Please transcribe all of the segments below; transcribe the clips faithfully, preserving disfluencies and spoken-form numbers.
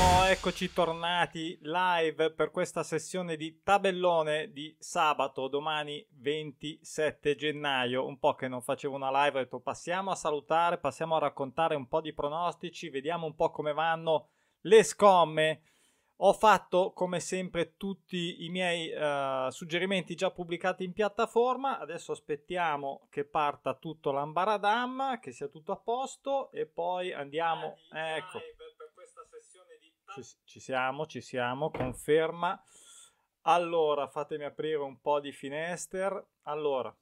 Oh, eccoci tornati live per questa sessione di tabellone di sabato, domani ventisette gennaio. Un po' che non facevo una live, ho detto passiamo a salutare, passiamo a raccontare un po' di pronostici, vediamo un po' come vanno le scomme. Ho fatto come sempre tutti i miei uh, suggerimenti già pubblicati in piattaforma. Adesso aspettiamo che parta tutto l'ambaradam, che sia tutto a posto e poi andiamo. Ecco. Ci, ci siamo, ci siamo, conferma. Allora, fatemi aprire un po' di finestre. Allora,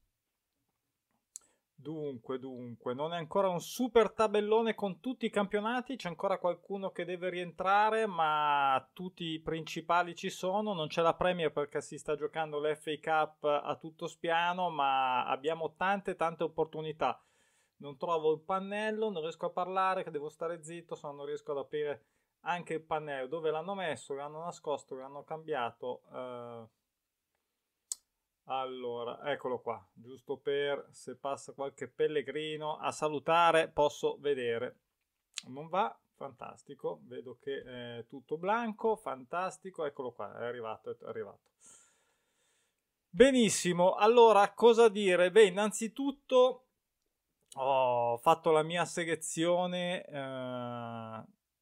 dunque, dunque, non è ancora un super tabellone con tutti i campionati, c'è ancora qualcuno che deve rientrare, ma tutti i principali ci sono. Non c'è la Premier perché si sta giocando l'F A Cup a tutto spiano, ma abbiamo tante, tante opportunità. Non trovo il pannello, non riesco a parlare, che devo stare zitto, se no non riesco ad aprire anche il pannello. Dove l'hanno messo, l'hanno nascosto, l'hanno cambiato. Uh, allora, eccolo qua, giusto per se passa qualche pellegrino a salutare, posso vedere. Non va, fantastico, vedo che è tutto blanco, fantastico, eccolo qua, è arrivato, è arrivato. Benissimo, allora cosa dire? Beh, innanzitutto ho fatto la mia selezione eh,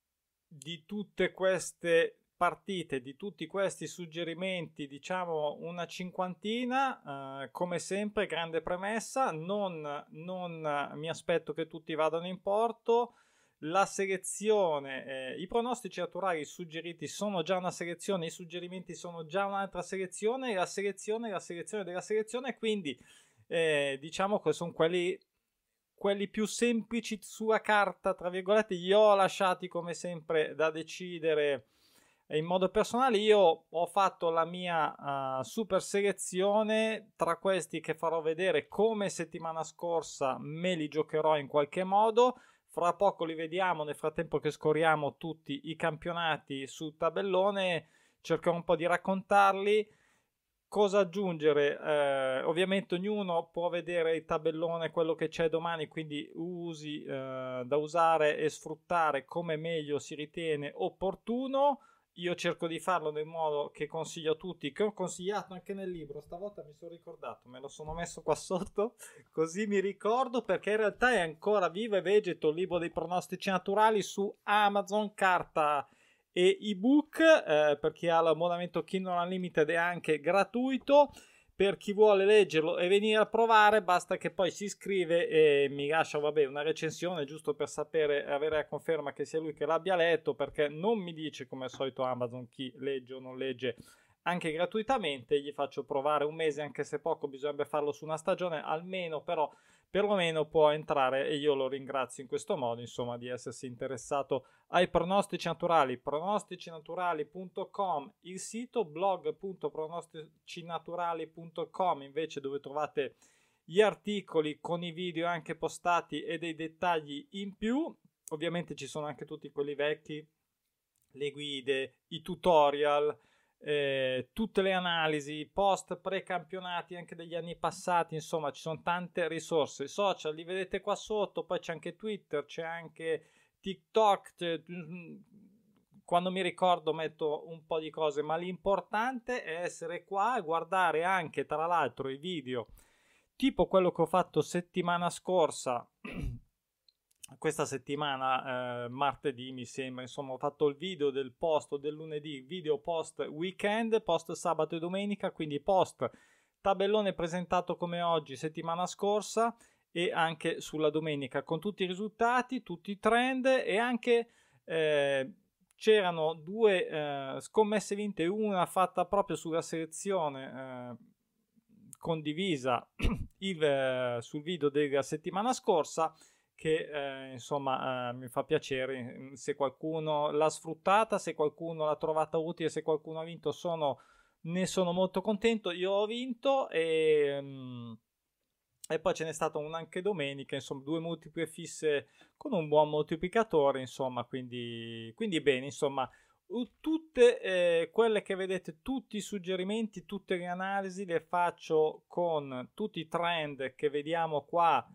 di tutte queste partite, di tutti questi suggerimenti, diciamo una cinquantina, eh, come sempre grande premessa, non, non mi aspetto che tutti vadano in porto. La selezione, eh, i pronostici naturali suggeriti sono già una selezione, i suggerimenti sono già un'altra selezione, e la selezione è la selezione della selezione, quindi eh, diciamo che sono quelli quelli più semplici sulla carta, tra virgolette, li ho lasciati come sempre da decidere in modo personale. Io ho fatto la mia uh, super selezione, tra questi che farò vedere come settimana scorsa me li giocherò in qualche modo. Fra poco li vediamo, nel frattempo che scorriamo tutti i campionati sul tabellone, cercherò un po' di raccontarli. Cosa aggiungere? Eh, ovviamente ognuno può vedere il tabellone, quello che c'è domani, quindi usi eh, da usare e sfruttare come meglio si ritiene opportuno. Io cerco di farlo nel modo che consiglio a tutti, che ho consigliato anche nel libro. Stavolta mi sono ricordato, me lo sono messo qua sotto, così mi ricordo, perché in realtà è ancora vivo e vegeto il libro dei pronostici naturali su Amazon, carta e ebook, eh, per chi ha l'abbonamento Kindle Unlimited è anche gratuito. Per chi vuole leggerlo e venire a provare basta che poi si iscrive e mi lascia vabbè, una recensione giusto per sapere, avere la conferma che sia lui che l'abbia letto, perché non mi dice come al solito Amazon chi legge o non legge anche gratuitamente. Gli faccio provare un mese, anche se poco, bisognerebbe farlo su una stagione almeno, però perlomeno può entrare e io lo ringrazio in questo modo, insomma, di essersi interessato ai pronostici naturali. pronosticinaturali punto com il sito, blog punto pronosticinaturali punto com invece, dove trovate gli articoli con i video anche postati e dei dettagli in più. Ovviamente ci sono anche tutti quelli vecchi, le guide, i tutorial, eh, tutte le analisi post pre-campionati anche degli anni passati. Insomma, ci sono tante risorse. Social li vedete qua sotto, poi c'è anche Twitter, c'è anche TikTok, c'è... quando mi ricordo metto un po' di cose, ma l'importante è essere qua e guardare anche, tra l'altro, i video tipo quello che ho fatto settimana scorsa questa settimana, eh, martedì mi sembra, insomma ho fatto il video del post del lunedì, video post weekend, post sabato e domenica, quindi post tabellone presentato come oggi settimana scorsa e anche sulla domenica con tutti i risultati, tutti i trend, e anche eh, c'erano due eh, scommesse vinte, una fatta proprio sulla selezione eh, condivisa il, eh, sul video della settimana scorsa, che eh, insomma eh, mi fa piacere. Se qualcuno l'ha sfruttata, se qualcuno l'ha trovata utile, se qualcuno ha vinto, sono, ne sono molto contento. Io ho vinto e, um, e poi ce n'è stato una anche domenica, insomma due multiple fisse con un buon moltiplicatore, insomma, quindi, quindi bene, insomma tutte eh, quelle che vedete, tutti i suggerimenti, tutte le analisi le faccio con tutti i trend che vediamo qua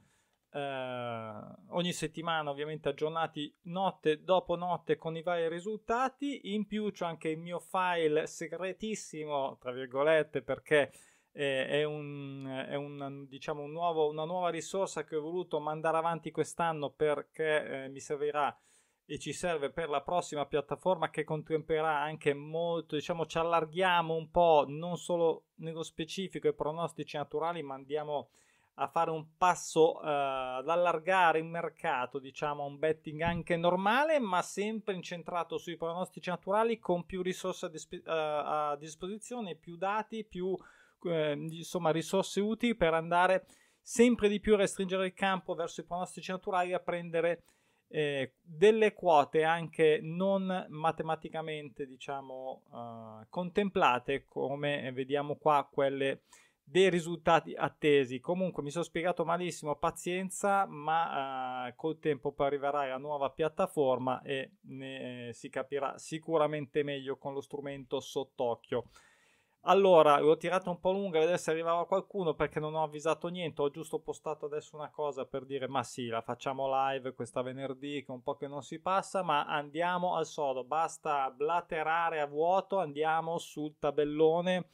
eh, ogni settimana ovviamente aggiornati notte dopo notte con i vari risultati. In più c'ho anche il mio file segretissimo, tra virgolette, perché eh, è, un, è un, diciamo un nuovo, una nuova risorsa che ho voluto mandare avanti quest'anno, perché eh, mi servirà e ci serve per la prossima piattaforma, che contemplerà anche molto, diciamo ci allarghiamo un po', non solo nello specifico i pronostici naturali, ma andiamo a fare un passo, eh, ad allargare il mercato, diciamo un betting anche normale, ma sempre incentrato sui pronostici naturali, con più risorse a, disp- a disposizione, più dati, più eh, insomma risorse utili per andare sempre di più a restringere il campo verso i pronostici naturali, a prendere Eh, delle quote anche non matematicamente, diciamo, uh, contemplate, come vediamo qua, quelle dei risultati attesi. Comunque mi sono spiegato malissimo, pazienza, ma uh, col tempo poi arriverà la nuova piattaforma e ne eh, si capirà sicuramente meglio con lo strumento sott'occhio. Allora, l'ho tirata un po' lunga a vedere se arrivava qualcuno, perché non ho avvisato niente. Ho giusto postato adesso una cosa per dire ma sì, la facciamo live questa venerdì, che un po' che non si passa, ma andiamo al sodo, basta blaterare a vuoto, andiamo sul tabellone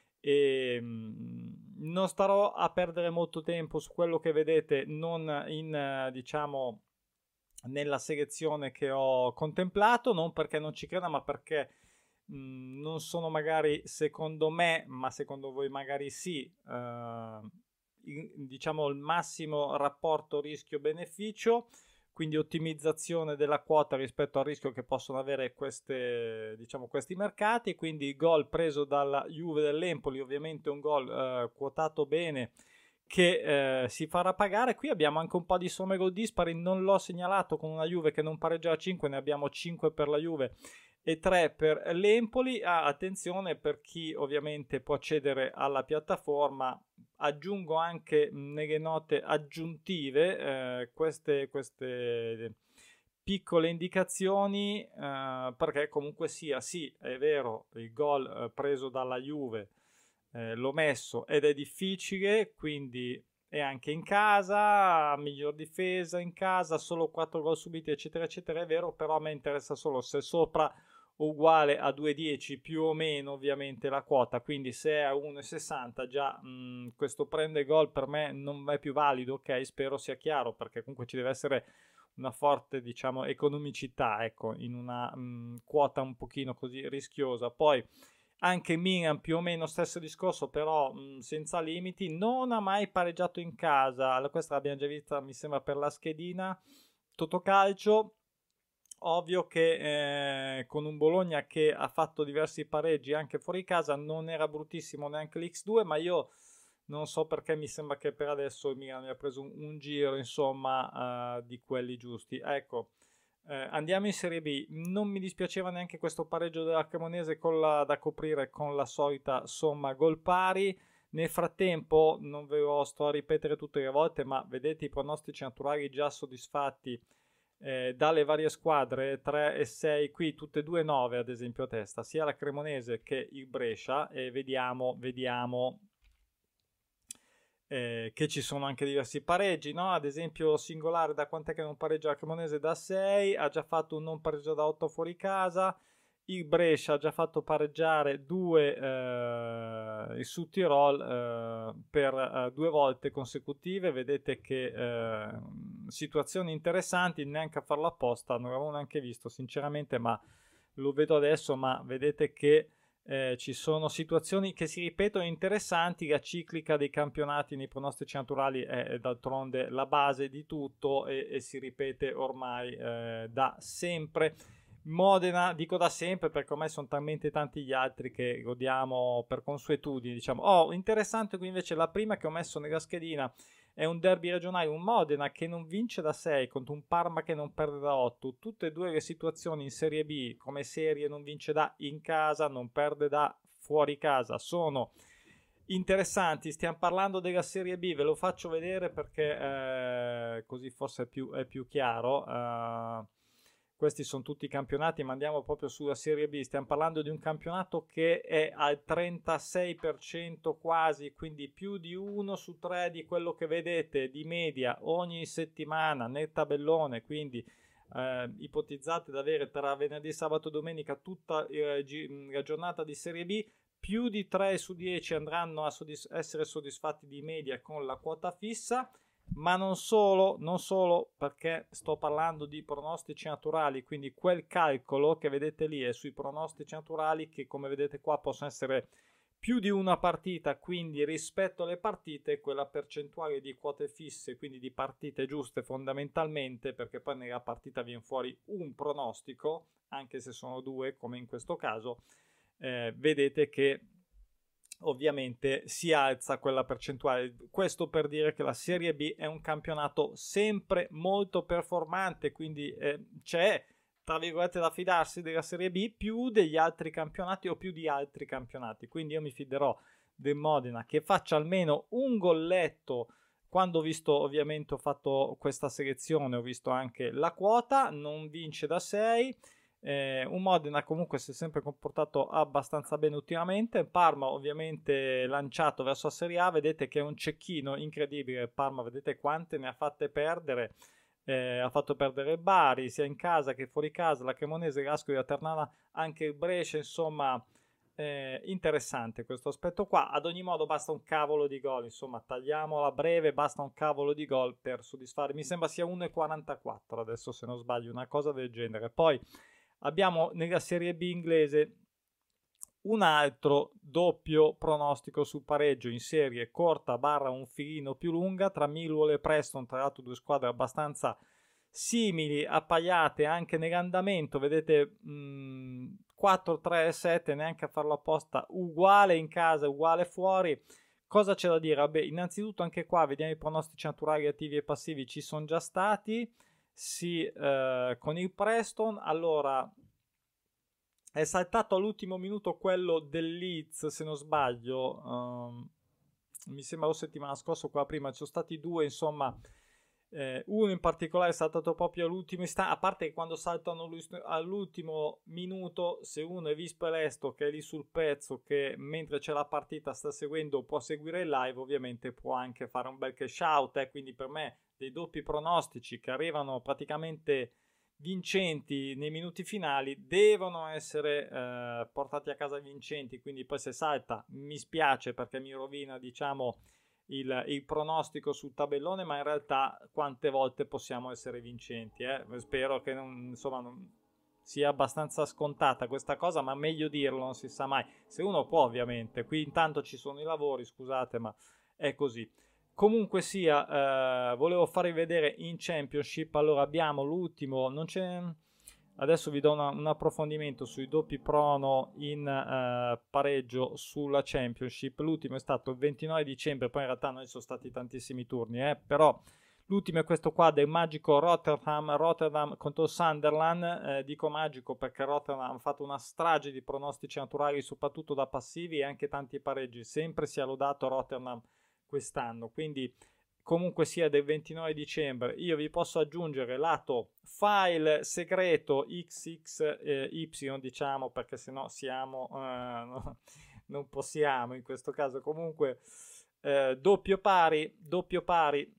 e mh, non starò a perdere molto tempo su quello che vedete, non in eh, diciamo nella selezione che ho contemplato, non perché non ci creda, ma perché mh, non sono magari, secondo me, ma secondo voi magari sì, eh, il, diciamo il massimo rapporto rischio-beneficio, quindi ottimizzazione della quota rispetto al rischio che possono avere queste, diciamo, questi mercati. Quindi il gol preso dalla Juve dell'Empoli, ovviamente un gol eh, quotato bene, che eh, si farà pagare. Qui abbiamo anche un po' di somme gol dispari, non l'ho segnalato, con una Juve che non pareggia a cinque, ne abbiamo cinque per la Juve e tre per l'Empoli. Ah, attenzione, per chi ovviamente può accedere alla piattaforma, aggiungo anche nelle note aggiuntive eh, queste, queste piccole indicazioni, eh, perché comunque sia, sì, è vero, il gol eh, preso dalla Juve eh, l'ho messo ed è difficile, quindi è anche in casa, miglior difesa in casa, solo quattro gol subiti, eccetera eccetera, è vero, però a me interessa solo se sopra uguale a due virgola dieci più o meno ovviamente la quota, quindi se è a uno virgola sessanta già mh, questo prende gol per me non è più valido. Ok, spero sia chiaro, perché comunque ci deve essere una forte, diciamo, economicità, ecco, in una mh, quota un pochino così rischiosa. Poi anche Milan più o meno stesso discorso, però mh, senza limiti, non ha mai pareggiato in casa. Questa l'abbiamo già vista, mi sembra, per la schedina Totocalcio. Ovvio che eh, con un Bologna che ha fatto diversi pareggi anche fuori casa non era bruttissimo neanche l'X due, ma io non so perché mi sembra che per adesso il Milan abbia preso un, un giro, insomma, uh, di quelli giusti. Ecco, eh, andiamo in Serie B. Non mi dispiaceva neanche questo pareggio della Cremonese con la, da coprire con la solita somma gol pari. Nel frattempo, non ve lo sto a ripetere tutte le volte, ma vedete i pronostici naturali già soddisfatti eh, dalle varie squadre, tre e sei, qui tutte e due nove ad esempio a testa, sia la Cremonese che il Brescia, e vediamo, vediamo eh, che ci sono anche diversi pareggi, no? Ad esempio Singolare, da quant'è che non pareggia la Cremonese? Da sei, ha già fatto un non pareggio da otto fuori casa. Il Brescia ha già fatto pareggiare due eh, il Sud Tirol eh, per eh, due volte consecutive. Vedete che eh, situazioni interessanti, neanche a farlo apposta, non l'avevo neanche visto sinceramente, ma lo vedo adesso. Ma vedete che eh, ci sono situazioni che si ripetono interessanti. La ciclica dei campionati nei pronostici naturali è, è d'altronde la base di tutto e, e si ripete ormai eh, da sempre. Modena, dico da sempre perché ormai sono talmente tanti gli altri che godiamo per consuetudine, diciamo. Oh, interessante qui invece la prima che ho messo nella schedina è un derby regionale, un Modena che non vince da sei contro un Parma che non perde da otto. Tutte e due le situazioni in Serie B, come serie non vince da in casa, non perde da fuori casa, sono interessanti. Stiamo parlando della Serie B, ve lo faccio vedere perché eh, così forse è più, è più chiaro. Uh, questi sono tutti i campionati, ma andiamo proprio sulla Serie B. Stiamo parlando di un campionato che è al trentasei per cento quasi, quindi più di uno su tre di quello che vedete di media ogni settimana nel tabellone, quindi eh, ipotizzate di avere tra venerdì, sabato e domenica tutta eh, la giornata di Serie B. Più di tre su dieci andranno a soddisf- essere soddisfatti di media con la quota fissa. Ma non solo, non solo, perché sto parlando di pronostici naturali, quindi quel calcolo che vedete lì è sui pronostici naturali, che come vedete qua possono essere più di una partita, quindi rispetto alle partite quella percentuale di quote fisse, quindi di partite giuste fondamentalmente, perché poi nella partita viene fuori un pronostico, anche se sono due come in questo caso, eh, vedete che ovviamente si alza quella percentuale. Questo per dire che la Serie B è un campionato sempre molto performante, quindi eh, c'è tra virgolette da fidarsi della Serie B più degli altri campionati o più di altri campionati, quindi io mi fiderò del Modena che faccia almeno un golletto. Quando ho visto, ovviamente ho fatto questa selezione, ho visto anche la quota, non vince da sei. Eh, un Modena comunque si è sempre comportato abbastanza bene ultimamente. Parma ovviamente lanciato verso la Serie A, vedete che è un cecchino incredibile. Parma, vedete quante ne ha fatte perdere. Eh, ha fatto perdere il Bari sia in casa che fuori casa, la Cremonese, l'Ascoli, la Ternana, anche il Brescia, insomma eh, interessante questo aspetto qua. Ad ogni modo basta un cavolo di gol, insomma tagliamola breve, basta un cavolo di gol per soddisfare, mi sembra sia uno e quarantaquattro adesso se non sbaglio, una cosa del genere. Poi abbiamo nella Serie B inglese un altro doppio pronostico sul pareggio in serie corta barra un filino più lunga tra Millwall e Preston, tra l'altro due squadre abbastanza simili, appaiate anche nell'andamento, vedete mh, quattro tre sette, neanche a farlo apposta, uguale in casa, uguale fuori. Cosa c'è da dire? Vabbè, innanzitutto anche qua vediamo i pronostici naturali attivi e passivi, ci sono già stati. Sì, eh, con il Preston, allora è saltato all'ultimo minuto quello del Leeds, se non sbaglio, um, mi sembra la settimana scorsa o qua prima, ci sono stati due, insomma, eh, uno in particolare è saltato proprio all'ultimo istante, a parte che quando saltano all'ultimo minuto, se uno è vispo e lesto, che è lì sul pezzo, che mentre c'è la partita sta seguendo, può seguire il live, ovviamente può anche fare un bel cash out, eh, quindi per me dei doppi pronostici che arrivano praticamente vincenti nei minuti finali devono essere eh, portati a casa vincenti, quindi poi se salta mi spiace perché mi rovina, diciamo, il, il pronostico sul tabellone, ma in realtà quante volte possiamo essere vincenti, eh? Spero che non, insomma, non sia abbastanza scontata questa cosa, ma meglio dirlo, non si sa mai, se uno può, ovviamente. Qui intanto ci sono i lavori, scusate, ma è così. Comunque sia, eh, volevo farvi vedere in Championship. Allora abbiamo l'ultimo, non c'è, adesso vi do una, un approfondimento sui doppi prono in eh, pareggio sulla Championship. L'ultimo è stato il ventinove dicembre, poi in realtà non ci sono stati tantissimi turni, eh, però l'ultimo è questo qua del magico Rotterdam, Rotterdam contro Sunderland. Eh, dico magico perché Rotterdam ha fatto una strage di pronostici naturali, soprattutto da passivi, e anche tanti pareggi. Sempre si è lodato Rotterdam quest'anno, quindi comunque sia del ventinove dicembre. Io vi posso aggiungere lato file segreto X X Y, diciamo, perché sennò siamo eh, no, non possiamo in questo caso. Comunque eh, doppio pari doppio pari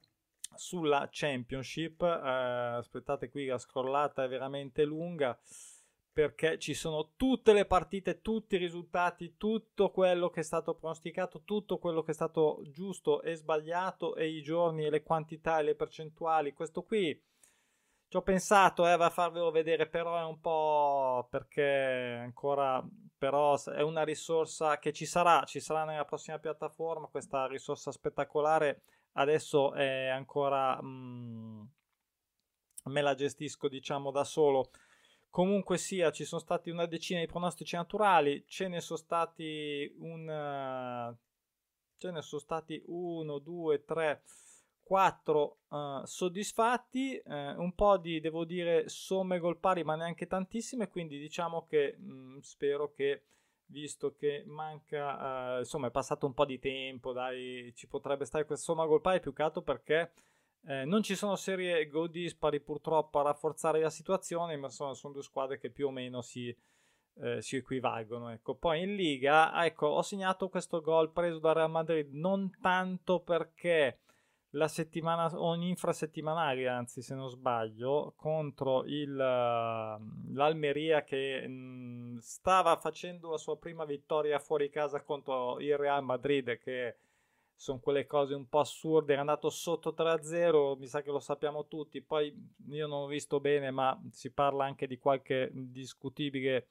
sulla Championship. Eh, aspettate, qui la scrollata è veramente lunga perché ci sono tutte le partite, tutti i risultati, tutto quello che è stato pronosticato, tutto quello che è stato giusto e sbagliato, e i giorni e le quantità e le percentuali. Questo qui ci ho pensato eh, a farvelo vedere, però è un po' perché ancora, però è una risorsa che ci sarà, ci sarà nella prossima piattaforma, questa risorsa spettacolare. Adesso è ancora mh, me la gestisco, diciamo, da solo. Comunque sia, ci sono stati una decina di pronostici naturali, ce ne sono stati un ce ne sono stati uno, due, tre, quattro uh, soddisfatti, uh, un po' di, devo dire, somme gol pari, ma neanche tantissime, quindi diciamo che mh, spero che, visto che manca, uh, insomma è passato un po' di tempo, dai, ci potrebbe stare questa somma gol pari, più che altro perché Eh, non ci sono serie gol dispari purtroppo a rafforzare la situazione, ma sono, sono due squadre che più o meno si, eh, si equivalgono. Ecco. Poi in Liga, ecco, ho segnato questo gol preso da Real Madrid non tanto perché la settimana, ogni infrasettimanale, anzi se non sbaglio, contro il, uh, l'Almeria che mh, stava facendo la sua prima vittoria fuori casa contro il Real Madrid, che sono quelle cose un po' assurde, era andato sotto tre a zero, mi sa che lo sappiamo tutti, poi io non ho visto bene, ma si parla anche di qualche discutibile,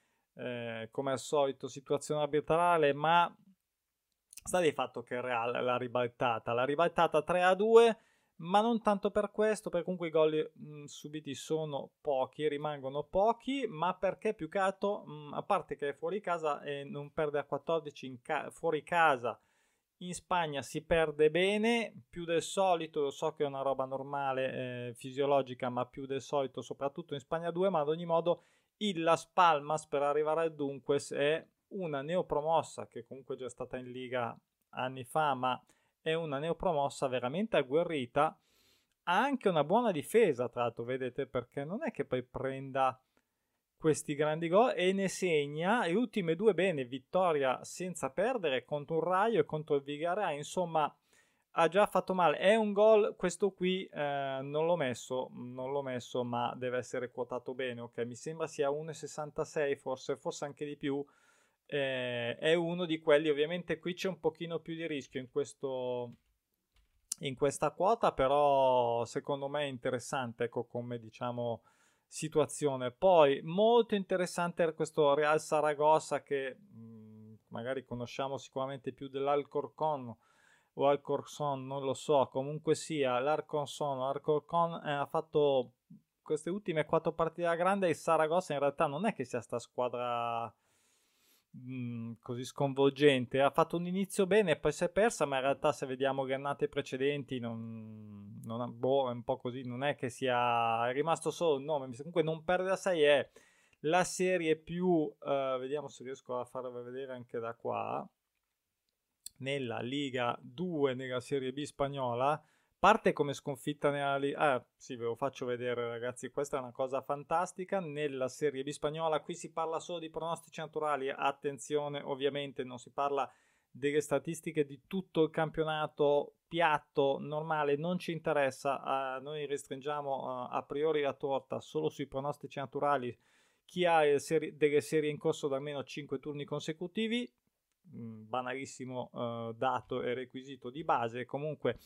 eh, come al solito, situazione arbitrale, ma sta di fatto che il Real l'ha ribaltata, l'ha ribaltata tre a due, ma non tanto per questo, perché comunque i gol mh, subiti sono pochi, rimangono pochi, ma perché più che altro, mh, a parte che è fuori casa e non perde a quattordici in ca- fuori casa, in Spagna si perde bene, più del solito, lo so che è una roba normale, eh, fisiologica, ma più del solito, soprattutto in Spagna due, ma ad ogni modo il Las Palmas per arrivare al Dunques è una neopromossa che comunque è già stata in Liga anni fa, ma è una neopromossa veramente agguerrita, ha anche una buona difesa, tra l'altro, vedete, perché non è che poi prenda questi grandi gol e ne segna le ultime due bene, vittoria senza perdere contro un Raio e contro il Villarreal, insomma ha già fatto male. È un gol, questo qui eh, non l'ho messo, non l'ho messo, ma deve essere quotato bene, ok? Mi sembra sia uno virgola sessantasei, forse, forse anche di più. Eh, è uno di quelli, ovviamente qui c'è un pochino più di rischio in questo in questa quota, però secondo me è interessante, ecco, come diciamo situazione. Poi molto interessante questo Real Saragossa che mh, magari conosciamo sicuramente più dell'Alcorcon o Alcorcon, non lo so, comunque sia l'Alcorcon, l'Alcorcon eh, ha fatto queste ultime quattro partite alla grande e il Saragossa in realtà non è che sia sta squadra mh, così sconvolgente. Ha fatto un inizio bene e poi si è persa, ma in realtà se vediamo le annate precedenti non, non ha, boh, è un po' così, non è che sia è rimasto solo il nome, comunque non perde da sei è la serie più uh, vediamo se riesco a farla vedere anche da qua nella Liga due, nella Serie B spagnola. Parte come sconfitta nella Liga. Ah, sì, ve lo faccio vedere, ragazzi. Questa è una cosa fantastica. Nella Serie B spagnola, qui si parla solo di pronostici naturali. Attenzione, ovviamente, non si parla delle statistiche di tutto il campionato piatto, normale, non ci interessa. Uh, noi restringiamo uh, a priori la torta solo sui pronostici naturali. Chi ha seri- delle serie in corso da almeno cinque turni consecutivi, banalissimo uh, dato e requisito di base, comunque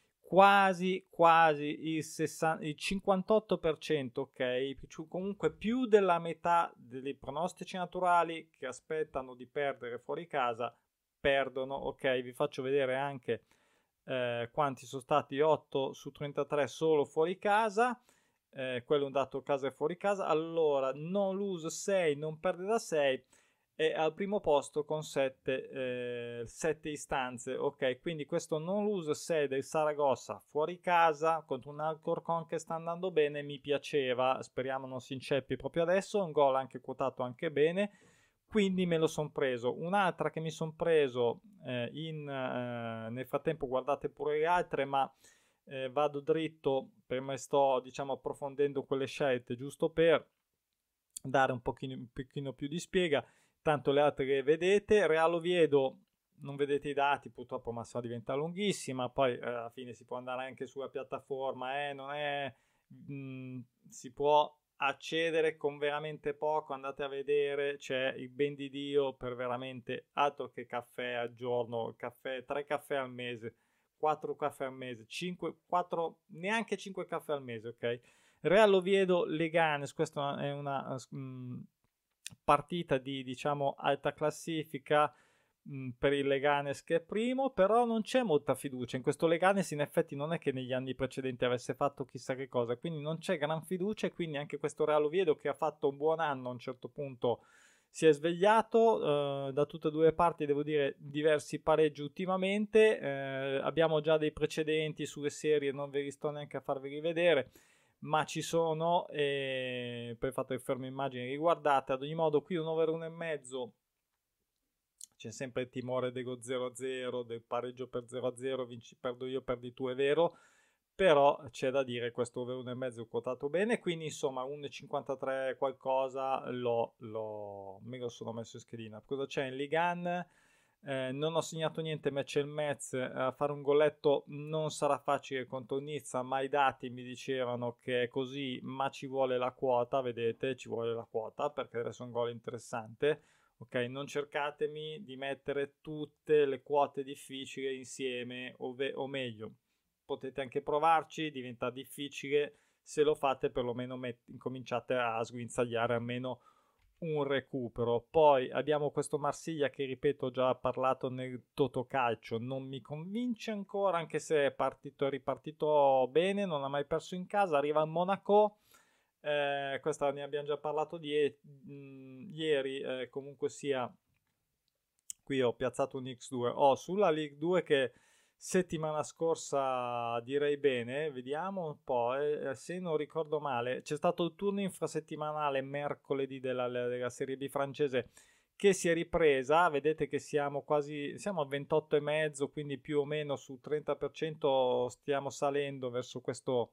quasi quasi il, sessanta, il cinquantotto per cento, ok, comunque più della metà dei pronostici naturali che aspettano di perdere fuori casa perdono, ok. Vi faccio vedere anche eh, quanti sono stati: otto su trentatré solo fuori casa. Eh, quello è un dato casa e fuori casa. Allora, non lose sei, non perde da sei, è al primo posto con sette eh, istanze, ok. Quindi questo non lose sei del Saragossa fuori casa contro un Alcorcon che sta andando bene, mi piaceva, speriamo non si inceppi proprio adesso. Un gol anche quotato anche bene, quindi me lo son preso. Un'altra che mi son preso eh, in, eh, nel frattempo guardate pure le altre, ma eh, vado dritto, per me sto diciamo approfondendo quelle scelte giusto per dare un pochino, un pochino più di spiega. Tanto le altre che vedete. Real Oviedo, non vedete i dati purtroppo, ma se no diventa lunghissima, poi eh, alla fine si può andare anche sulla piattaforma, eh, non è, mh, si può accedere con veramente poco, andate a vedere, c'è il ben di Dio per veramente altro che caffè al giorno, caffè, tre caffè al mese, quattro caffè al mese, cinque, quattro, neanche cinque caffè al mese, ok? Real Oviedo Leganes, questa è una mh, partita di diciamo alta classifica mh, per il Leganes che è primo, però non c'è molta fiducia in questo Leganes. In effetti non è che negli anni precedenti avesse fatto chissà che cosa, quindi non c'è gran fiducia, e quindi anche questo Real Oviedo, che ha fatto un buon anno, a un certo punto si è svegliato. Eh, da tutte e due le parti devo dire diversi pareggi ultimamente. Eh, abbiamo già dei precedenti sulle serie, non ve li sto neanche a farvi rivedere, ma ci sono, e poi fate il fermo immagine, riguardate. Ad ogni modo qui un over uno e mezzo, c'è sempre il timore dello zero a zero, del pareggio per zero a zero, vinci, perdo io, perdi tu, è vero, però c'è da dire questo over uno virgola cinque è quotato bene, quindi insomma uno virgola cinquantatré qualcosa lo, lo, me lo sono messo in schedina. Cosa c'è in Ligan? Eh, non ho segnato niente, ma c'è il Metz, a fare un golletto non sarà facile contro Nizza, ma i dati mi dicevano che è così, ma ci vuole la quota, vedete, ci vuole la quota perché adesso è un gol interessante. Ok, non cercatemi di mettere tutte le quote difficili insieme, o, ve- o meglio, potete anche provarci, diventa difficile, se lo fate perlomeno met- incominciate a sguinzagliare almeno un recupero. Poi abbiamo questo Marsiglia che, ripeto, ho già parlato nel Totocalcio, non mi convince ancora, anche se è partito e ripartito bene, non ha mai perso in casa, arriva al Monaco. Eh, questa ne abbiamo già parlato di, mh, ieri, eh, comunque sia, qui ho piazzato un X due. Ho oh, sulla League due che settimana scorsa direi bene, vediamo un po', eh, se non ricordo male, c'è stato il turno infrasettimanale mercoledì della, della Serie B francese che si è ripresa, vedete che siamo quasi, siamo al ventotto e mezzo, quindi più o meno su trenta per cento stiamo salendo verso questo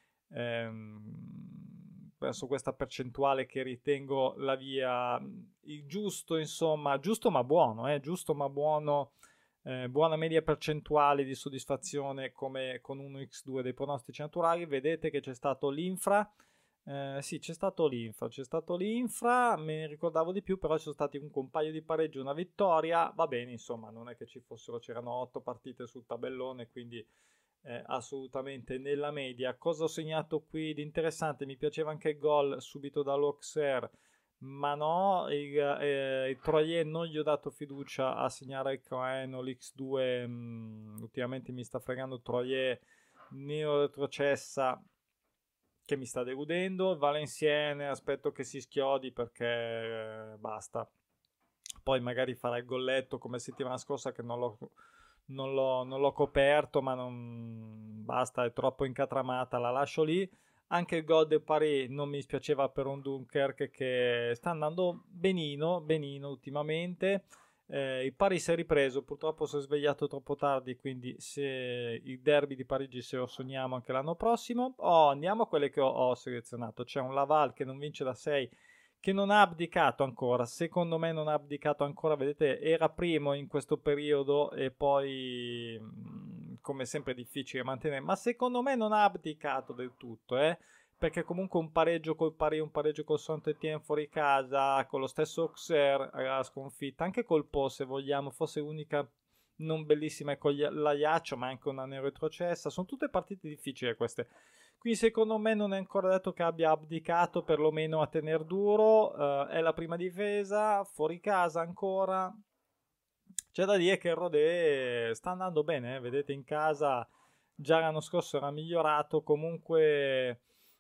ehm, verso questa percentuale che ritengo la via, il giusto, insomma, giusto ma buono, eh, giusto ma buono, eh, buona media percentuale di soddisfazione come con uno X due dei pronostici naturali. Vedete che c'è stato l'infra, eh, sì, c'è stato l'infra, c'è stato l'infra, me ne ricordavo di più, però ci sono stati un, un paio di pareggi, una vittoria, va bene, insomma, non è che ci fossero, c'erano otto partite sul tabellone, quindi eh, assolutamente nella media. Cosa ho segnato qui di interessante? Mi piaceva anche il gol subito dall'Auxerre, ma no, il, eh, il Troyer non gli ho dato fiducia a segnare il Coen o l'X due, mh, ultimamente mi sta fregando Troyer, neo retrocessa che mi sta deludendo. Valenciennes aspetto che si schiodi perché eh, basta, poi magari farà il golletto come settimana scorsa che non l'ho, non l'ho, non l'ho coperto, ma non basta, è troppo incatramata, la lascio lì. Anche il gol del Paris non mi spiaceva per un Dunkerque che sta andando benino, benino ultimamente. Eh, il Paris si è ripreso, purtroppo si è svegliato troppo tardi, quindi se il derby di Parigi se lo sogniamo anche l'anno prossimo. Oh, andiamo a quelle che ho, ho selezionato. C'è un Laval che non vince da sei, che non ha abdicato ancora, secondo me non ha abdicato ancora, vedete, era primo in questo periodo e poi come sempre è difficile mantenere, ma secondo me non ha abdicato del tutto, eh? Perché comunque un pareggio col Paris, un pareggio col Saint-Étienne fuori casa, con lo stesso Auxerre a sconfitta, anche col Po se vogliamo, forse l'unica non bellissima è con l'Ajaccio, ma anche una nero retrocessa, sono tutte partite difficili queste. Quindi secondo me non è ancora detto che abbia abdicato perlomeno a tener duro, uh, è la prima difesa, fuori casa ancora. C'è da dire che il Rodé sta andando bene, eh? Vedete in casa già l'anno scorso era migliorato, comunque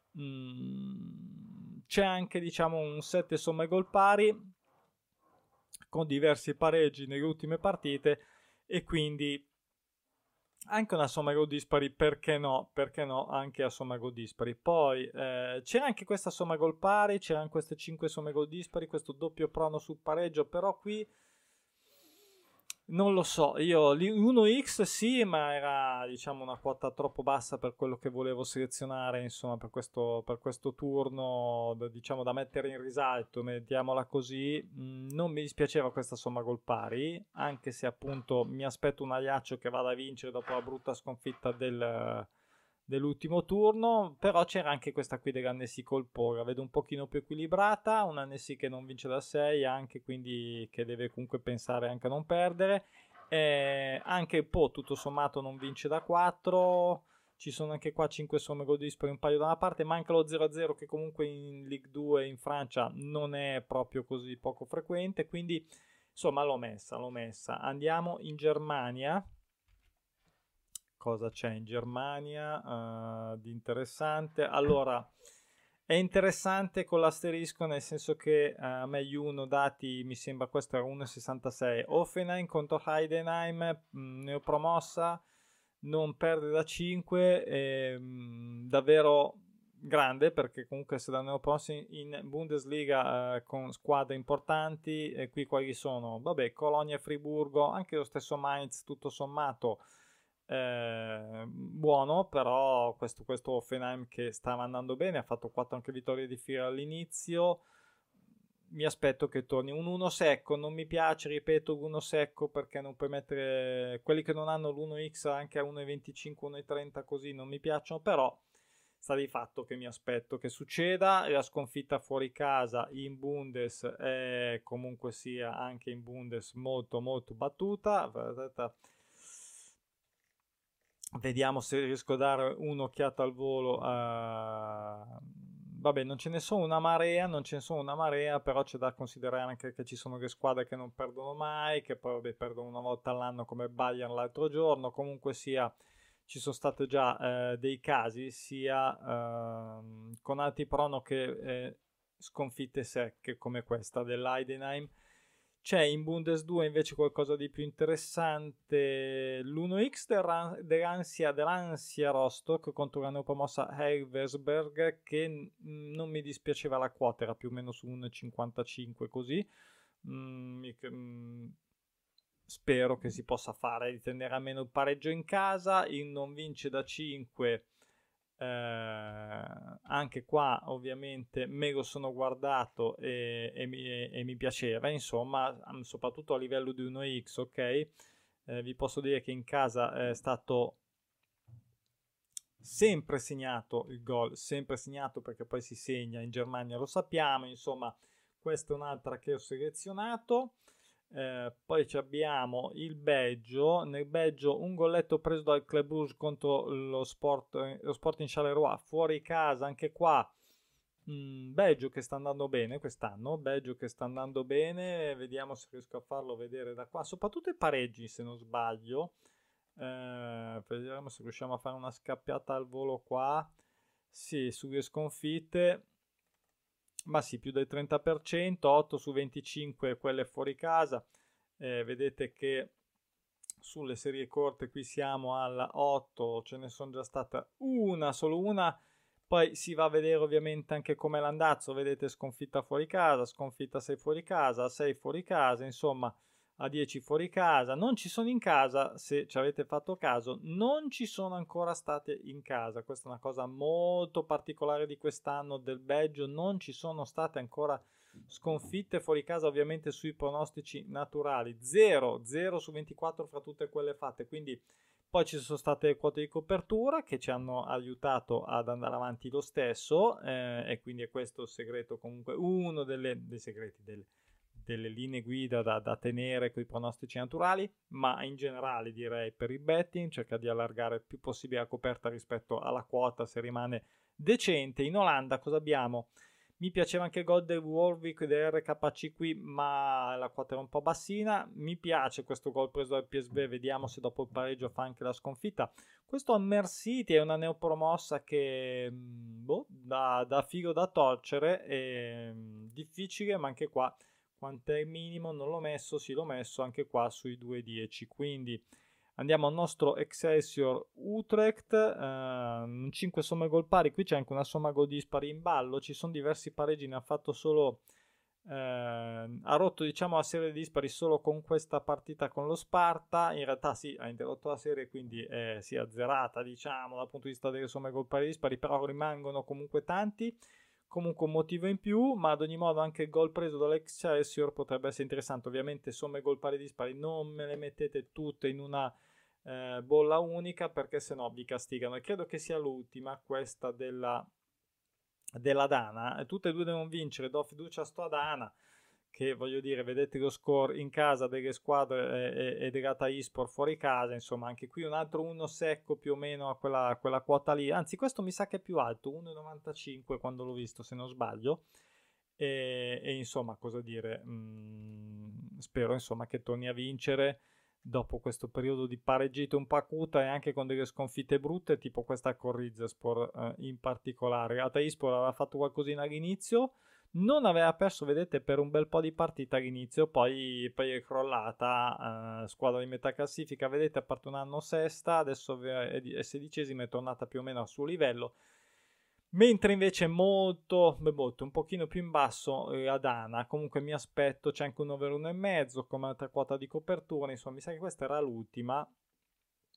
mh, c'è anche diciamo un sette somme gol pari con diversi pareggi nelle ultime partite e quindi anche una somma gol dispari, perché no? Perché no? Anche a somma gol dispari. Poi eh, c'era anche questa somma gol pari, c'erano queste cinque somme gol dispari, questo doppio prono sul pareggio, però qui non lo so, io uno X sì, ma era diciamo una quota troppo bassa per quello che volevo selezionare, insomma, per questo, per questo turno, diciamo da mettere in risalto, mettiamola così. Mm, non mi dispiaceva questa somma gol pari, anche se appunto mi aspetto un Ajaccio che vada a vincere dopo la brutta sconfitta del, dell'ultimo turno, però c'era anche questa qui dell'Annecy Colpo, la vedo un pochino più equilibrata, un Annecy che non vince da sei anche, quindi che deve comunque pensare anche a non perdere, eh, anche il Po tutto sommato non vince da quattro, ci sono anche qua cinque somme gol dispari, un paio da una parte, manca lo zero a zero che comunque in Ligue due in Francia non è proprio così poco frequente, quindi insomma l'ho messa, l'ho messa. Andiamo in Germania. Cosa c'è in Germania uh, di interessante? Allora, è interessante con l'asterisco nel senso che uh, a me gli uno dati mi sembra questo era uno virgola sessantasei. Offenheim contro Heidenheim, mh, neopromossa, non perde da cinque, e, mh, davvero grande perché comunque se da neopromossa in, in Bundesliga uh, con squadre importanti, e qui quali sono? Vabbè, Colonia e Friburgo, anche lo stesso Mainz tutto sommato eh, buono, però questo, questo Hoffenheim che stava andando bene, ha fatto quattro anche vittorie di fila all'inizio, mi aspetto che torni un uno secco, non mi piace, ripeto, l'uno secco perché non puoi mettere quelli che non hanno l'uno x anche a uno virgola venticinque, uno virgola trenta così, non mi piacciono, però sta di fatto che mi aspetto che succeda. La sconfitta fuori casa in Bundes è comunque sia anche in Bundes molto molto battuta. Vediamo se riesco a dare un'occhiata al volo a... Vabbè, non ce ne sono una marea, non ce ne sono una marea, però c'è da considerare anche che ci sono le squadre che non perdono mai, che poi vabbè, perdono una volta all'anno come Bayern l'altro giorno. Comunque sia, ci sono stati già eh, dei casi, sia eh, con alti prono che eh, sconfitte secche come questa dell'Heidenheim. C'è in Bundes due invece qualcosa di più interessante, l'uno x dell'Ansia, dell'Ansia Rostock contro la neopromossa Elversberg, che non mi dispiaceva la quota, era più o meno su uno virgola cinquantacinque così. Mm, mm, spero che si possa fare di tenere almeno il pareggio in casa, il non vince da cinque. Eh, anche qua ovviamente me lo sono guardato e, e, mi, e mi piaceva, insomma, soprattutto a livello di uno x, ok. Eh, vi posso dire che in casa è stato sempre segnato il gol, sempre segnato perché poi si segna in Germania, lo sappiamo, insomma. Questa è un'altra che ho selezionato. Eh, poi abbiamo il Belgio. Nel Belgio un golletto preso dal Club Brugge contro lo, sport, lo Sporting Charleroi fuori casa, anche qua mh, Belgio che sta andando bene quest'anno, Belgio che sta andando bene, vediamo se riesco a farlo vedere da qua, soprattutto i pareggi se non sbaglio. Eh, vediamo se riusciamo a fare una scappiata al volo qua. Sì, sulle sconfitte ma sì, più del trenta per cento, otto su venticinque quelle fuori casa. Eh, vedete che sulle serie corte qui siamo alla otto, ce ne sono già stata una, solo una. Poi si va a vedere ovviamente anche come l'andazzo, vedete sconfitta fuori casa, sconfitta sei fuori casa, sei fuori casa, insomma a dieci fuori casa. Non ci sono in casa, se ci avete fatto caso, non ci sono ancora state in casa. Questa è una cosa molto particolare di quest'anno del Belgio, non ci sono state ancora sconfitte fuori casa, ovviamente sui pronostici naturali. zero, zero su ventiquattro fra tutte quelle fatte, quindi poi ci sono state quote di copertura che ci hanno aiutato ad andare avanti lo stesso eh, e quindi è questo il segreto, comunque uno delle, dei segreti del, delle linee guida da, da tenere con i pronostici naturali, ma in generale direi per il betting cerca di allargare il più possibile la coperta rispetto alla quota se rimane decente. In Olanda cosa abbiamo? Mi piaceva anche il gol del Warwick del R K C qui, ma la quota era un po' bassina. Mi piace questo gol preso dal P S V, vediamo se dopo il pareggio fa anche la sconfitta. Questo Hammer City è una neopromossa che boh, dà, dà figo da torcere, è difficile, ma anche qua quant'è il minimo? Non l'ho messo, sì l'ho messo anche qua sui due virgola dieci, quindi andiamo al nostro Excelsior Utrecht, eh, cinque somme gol pari, qui c'è anche una somma gol dispari in ballo, ci sono diversi pareggi, ne ha fatto solo, eh, ha rotto diciamo la serie di dispari solo con questa partita con lo Sparta, in realtà sì, ha interrotto la serie, quindi eh, si è azzerata diciamo dal punto di vista delle somme gol pari dispari, però rimangono comunque tanti. Comunque un motivo in più, ma ad ogni modo anche il gol preso dall'Excelsior potrebbe essere interessante. Ovviamente somme gol pari dispari non me le mettete tutte in una eh, bolla unica perché sennò vi castigano. E credo che sia l'ultima, questa della, della Dana. Tutte e due devono vincere, do fiducia a sto Dana, che voglio dire, vedete lo score in casa delle squadre e, e della Taispor fuori casa, insomma anche qui un altro uno secco più o meno a quella, a quella quota lì, anzi questo mi sa che è più alto, uno virgola novantacinque quando l'ho visto se non sbaglio, e, e insomma cosa dire, mh, spero insomma che torni a vincere dopo questo periodo di pareggito un po' acuta e anche con delle sconfitte brutte tipo questa con Rizespor eh, in particolare. La Taispor aveva fatto qualcosina all'inizio, non aveva perso, vedete, per un bel po' di partita all'inizio, poi, poi è crollata, eh, squadra di metà classifica, vedete, ha fatto un anno sesta, adesso è sedicesima, è tornata più o meno al suo livello, mentre invece molto, beh, molto, un pochino più in basso eh, Adana, comunque mi aspetto, c'è anche un over uno e mezzo come altra quota di copertura, insomma, mi sa che questa era l'ultima,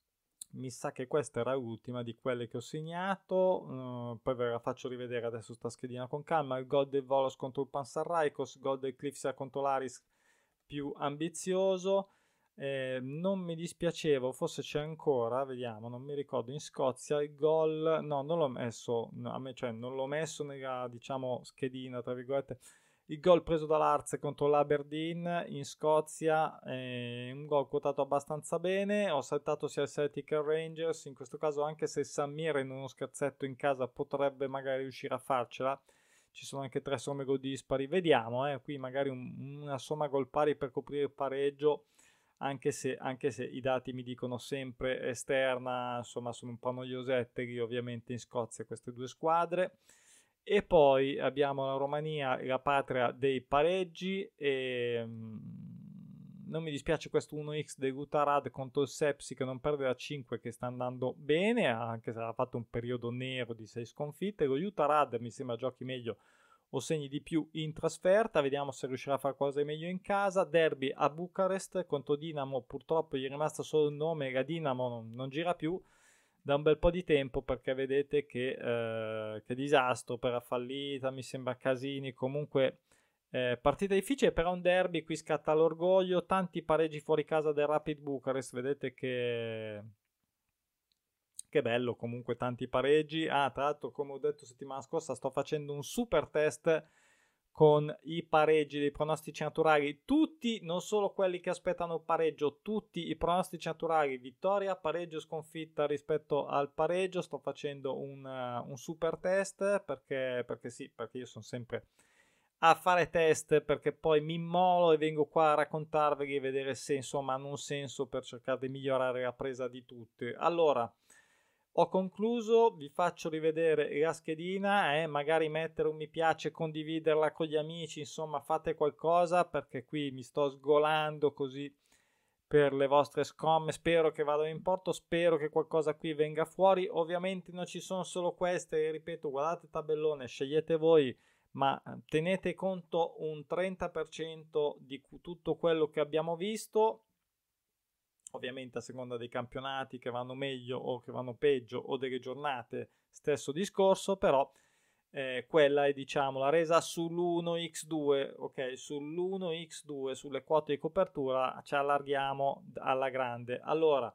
mi sa che questa era l'ultima di quelle che ho segnato, uh, poi ve la faccio rivedere adesso sta schedina con calma. Il gol del Volos contro il Panathinaikos, gol del Clifsia contro l'Aris più ambizioso. Eh, non mi dispiacevo, forse c'è ancora, vediamo, non mi ricordo, in Scozia il gol, no, non l'ho messo, no, a me, cioè non l'ho messo nella, diciamo, schedina, tra virgolette, il gol preso dall'Arts contro l'Aberdeen in Scozia, eh, un gol quotato abbastanza bene. Ho saltato sia il Celtic che il Rangers, in questo caso anche se il San Mira in uno scherzetto in casa potrebbe magari riuscire a farcela, ci sono anche tre somme gol dispari, vediamo, eh, qui magari un, una somma gol pari per coprire il pareggio, anche se, anche se i dati mi dicono sempre esterna, insomma sono un po' noiosette lì ovviamente in Scozia queste due squadre. E poi abbiamo la Romania, la patria dei pareggi, e um, non mi dispiace questo uno x del Utarad contro il Sepsi che non perde da cinque, che sta andando bene, anche se ha fatto un periodo nero di sei sconfitte. Lo Utarad mi sembra giochi meglio o segni di più in trasferta, vediamo se riuscirà a fare qualcosa di meglio in casa. Derby a Bucarest contro Dinamo, purtroppo gli è rimasto solo il nome, la Dinamo non, non gira più da un bel po' di tempo, perché vedete che, eh, che disastro, per la fallita, mi sembra casini, comunque eh, partita difficile, però un derby, qui scatta l'orgoglio, tanti pareggi fuori casa del Rapid Bucarest, vedete che che bello, comunque tanti pareggi. Ah, tra l'altro, come ho detto settimana scorsa, sto facendo un super test con i pareggi dei pronostici naturali, tutti, non solo quelli che aspettano il pareggio, tutti i pronostici naturali, vittoria, pareggio, sconfitta rispetto al pareggio. Sto facendo un, uh, un super test perché, perché sì, perché io sono sempre a fare test, perché poi mi immolo e vengo qua a raccontarveli e vedere se insomma hanno un senso per cercare di migliorare la presa di tutti. Allora, ho concluso, vi faccio rivedere la schedina e eh, magari mettere un mi piace, condividerla con gli amici, insomma fate qualcosa, perché qui mi sto sgolando così per le vostre scomme. Spero che vadano in porto, spero che qualcosa qui venga fuori. Ovviamente non ci sono solo queste, ripeto, guardate il tabellone, scegliete voi, ma tenete conto un trenta per cento di tutto quello che abbiamo visto. Ovviamente a seconda dei campionati che vanno meglio o che vanno peggio, o delle giornate, stesso discorso, però eh, quella è, diciamo, la resa sull'uno x due, ok, sull'uno x due, sulle quote di copertura ci allarghiamo alla grande. Allora,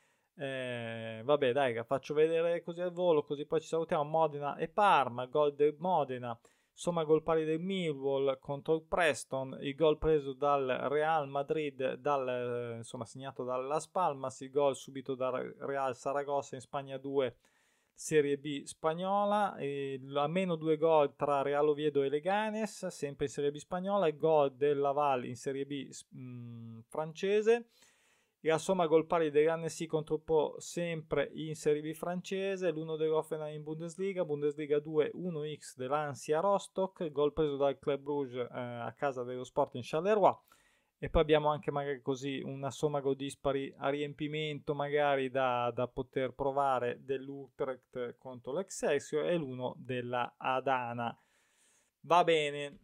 eh, vabbè dai, la faccio vedere così al volo, così poi ci salutiamo. Modena e Parma, gol del Modena, somma gol pari del Millwall contro il Preston, il gol preso dal Real Madrid, dal, insomma segnato dal Las Palmas, il gol subito dal Real Saragossa in Spagna due, Serie B spagnola, e a meno due gol tra Real Oviedo e Leganes, sempre in Serie B spagnola, il gol del Laval in Serie B mh, francese. E la somma gol pari dell'Annecy contro Po sempre in Serie B francese, l'uno dell'Hoffenheim in Bundesliga, Bundesliga due, uno x dell'Ansia Rostock, gol preso dal Club Brugge eh, a casa dello Sporting Charleroi. E poi abbiamo anche magari così una somma gol dispari a riempimento magari da, da poter provare dell'Utrecht contro l'Excelsior e l'uno della Adana. Va bene,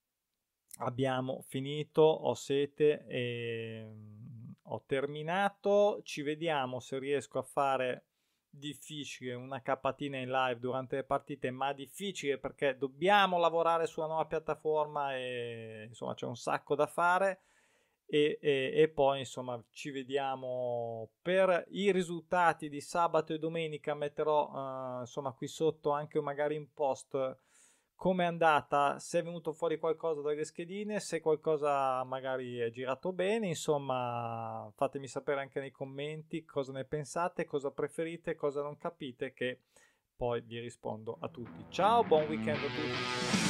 abbiamo finito, ho sete e ho terminato. Ci vediamo se riesco a fare difficile una capatina in live durante le partite, ma difficile perché dobbiamo lavorare sulla nuova piattaforma e insomma c'è un sacco da fare. E, e, e poi insomma ci vediamo per i risultati di sabato e domenica. Metterò uh, insomma qui sotto anche magari in post come è andata, se è venuto fuori qualcosa dalle schedine, se qualcosa magari è girato bene. Insomma fatemi sapere anche nei commenti cosa ne pensate, cosa preferite, cosa non capite, che poi vi rispondo a tutti. Ciao, buon weekend a tutti.